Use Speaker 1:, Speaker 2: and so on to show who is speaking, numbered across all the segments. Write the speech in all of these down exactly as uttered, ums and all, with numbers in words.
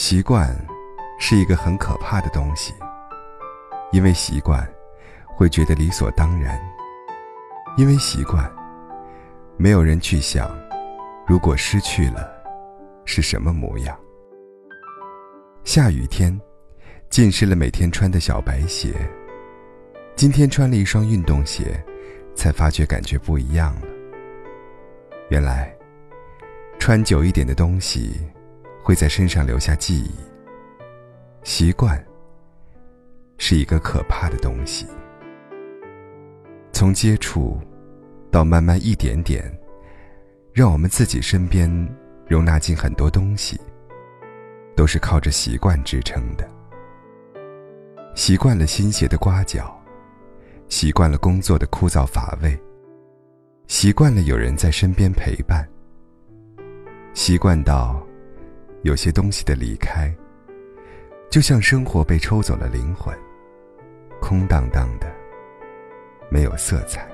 Speaker 1: 习惯是一个很可怕的东西，因为习惯会觉得理所当然，因为习惯没有人去想如果失去了是什么模样。下雨天浸湿了每天穿的小白鞋，今天穿了一双运动鞋，才发觉感觉不一样了。原来穿久一点的东西会在身上留下记忆。习惯是一个可怕的东西，从接触到慢慢一点点让我们自己身边容纳进很多东西，都是靠着习惯支撑的。习惯了新鞋的刮脚，习惯了工作的枯燥乏味，习惯了有人在身边陪伴，习惯到有些东西的离开就像生活被抽走了灵魂，空荡荡的，没有色彩。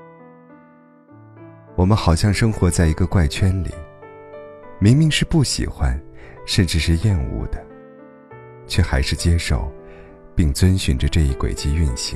Speaker 1: 我们好像生活在一个怪圈里，明明是不喜欢甚至是厌恶的，却还是接受并遵循着这一轨迹运行。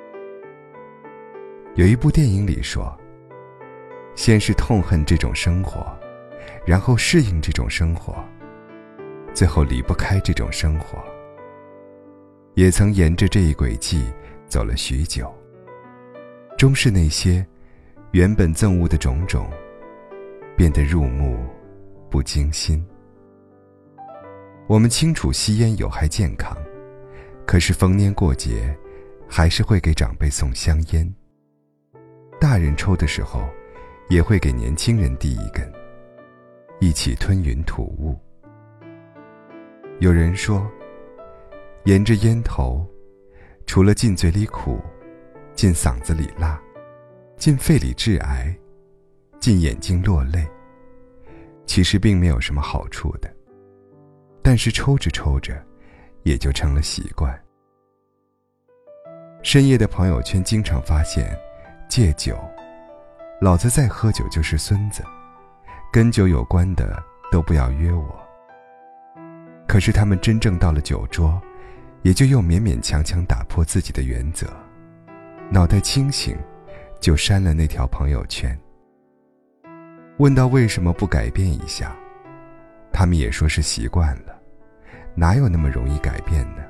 Speaker 1: 有一部电影里说，先是痛恨这种生活，然后适应这种生活，最后离不开这种生活。也曾沿着这一轨迹走了许久，终是那些原本憎恶的种种变得入目不惊心。我们清楚吸烟有害健康，可是逢年过节还是会给长辈送香烟。大人抽的时候也会给年轻人递一根，一起吞云吐雾。有人说，沿着烟头，除了进嘴里苦，进嗓子里辣，进肺里致癌，进眼睛落泪，其实并没有什么好处的。但是抽着抽着也就成了习惯。深夜的朋友圈经常发现，戒酒，老子再喝酒就是孙子，跟酒有关的都不要约我。可是他们真正到了酒桌，也就又勉勉强强打破自己的原则，脑袋清醒就删了那条朋友圈。问到为什么不改变一下，他们也说是习惯了，哪有那么容易改变呢？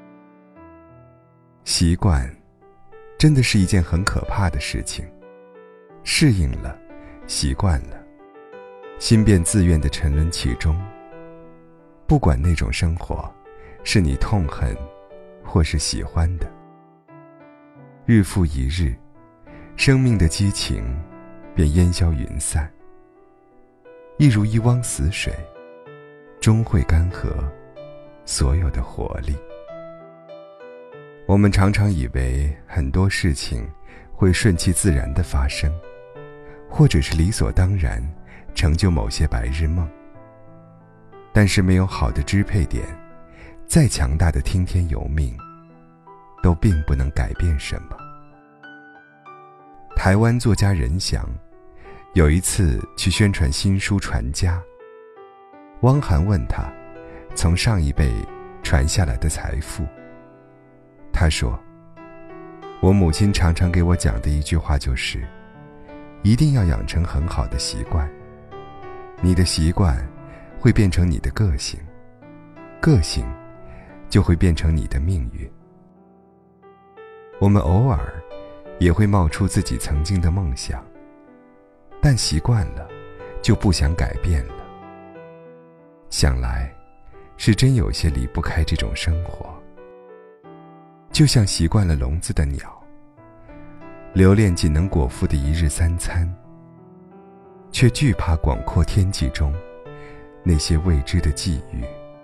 Speaker 1: 习惯真的是一件很可怕的事情，适应了，习惯了，心便自愿地沉沦其中。不管那种生活是你痛恨或是喜欢的，日复一日，生命的激情便烟消云散，一如一汪死水，终会干涸所有的活力。我们常常以为很多事情会顺其自然地发生，或者是理所当然成就某些白日梦。但是没有好的支配点，再强大的听天由命都并不能改变什么。台湾作家任翔有一次去宣传新书《传家》，汪涵问他从上一辈传下来的财富。他说，我母亲常常给我讲的一句话就是，一定要养成很好的习惯，你的习惯会变成你的个性，个性就会变成你的命运。我们偶尔也会冒出自己曾经的梦想，但习惯了就不想改变了。想来是真有些离不开这种生活，就像习惯了笼子的鸟，留恋仅能果腹的一日三餐，却惧怕广阔天际中那些未知的际遇。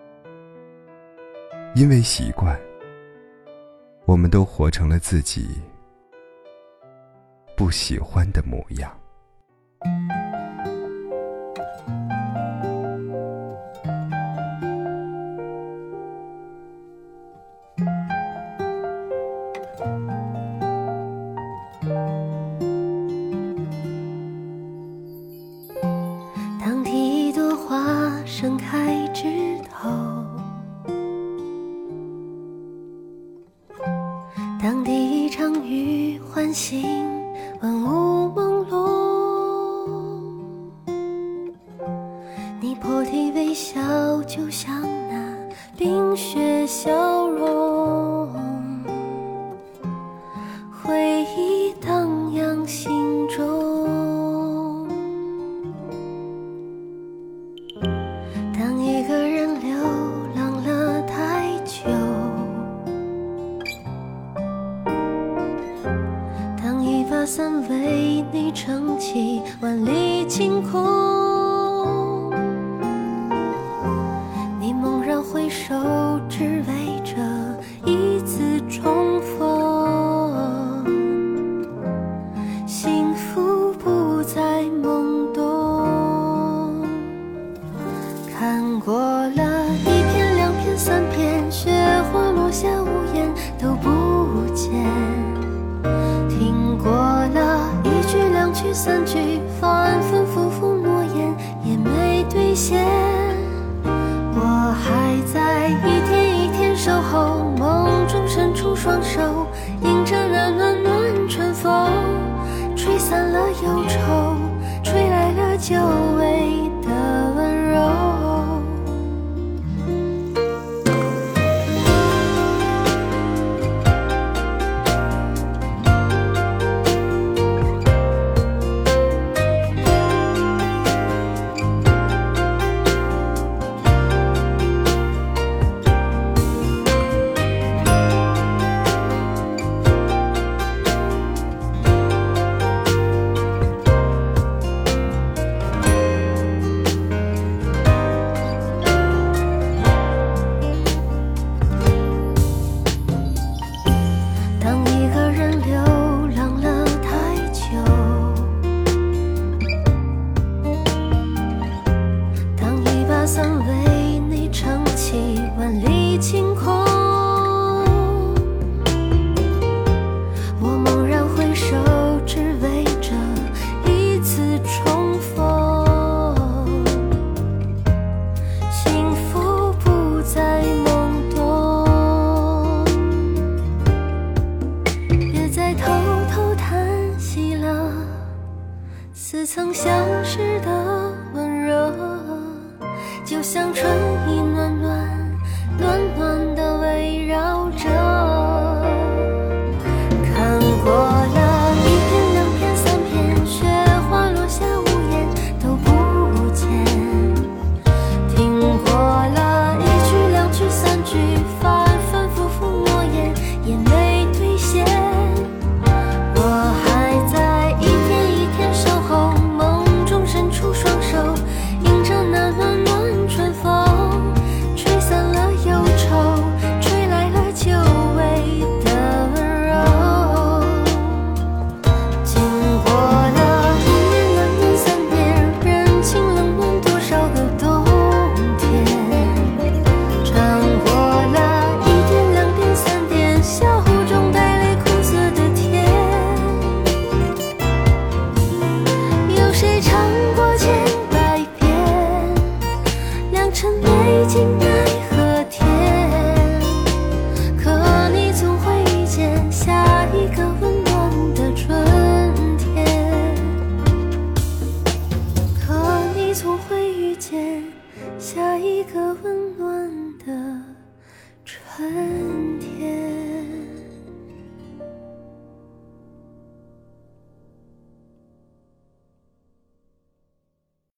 Speaker 1: 因为习惯，我们都活成了自己不喜欢的模样。
Speaker 2: 当第一朵花盛开枝头， 你破涕为笑，就像那冰雪消融，回忆荡漾心中。当一个人流浪了太久，当一把伞为你撑起万里晴空，你猛然回首，只为这一次重逢。幸福不再懵懂，看过了一片两片三片，雪花落下无言都不见，听过了一句两句三句，反反复复诺言也没兑现。我还在一天一天守候，梦中伸出双手，迎着那暖暖春风，吹散了忧愁，吹来了久违的温柔。似曾相识的温热，就像春意暖暖暖暖地围绕着。看过了一片两片三片，雪花落下无言都不见，听过了一句两句三句，反反复复诺言也没兑现。我还在一天一天守候，梦中伸出双手，迎着那暖暖春风，吹散了忧愁，吹来了久违的温柔。经过了一年两年三年，人情冷暖多少个冬天，尝过了一点两点三点，笑中带泪苦涩的甜。有谁尝过千百遍良辰美景奈何天？可你总会遇见下一个温暖的春天，可你总会遇见下一个温暖的春天。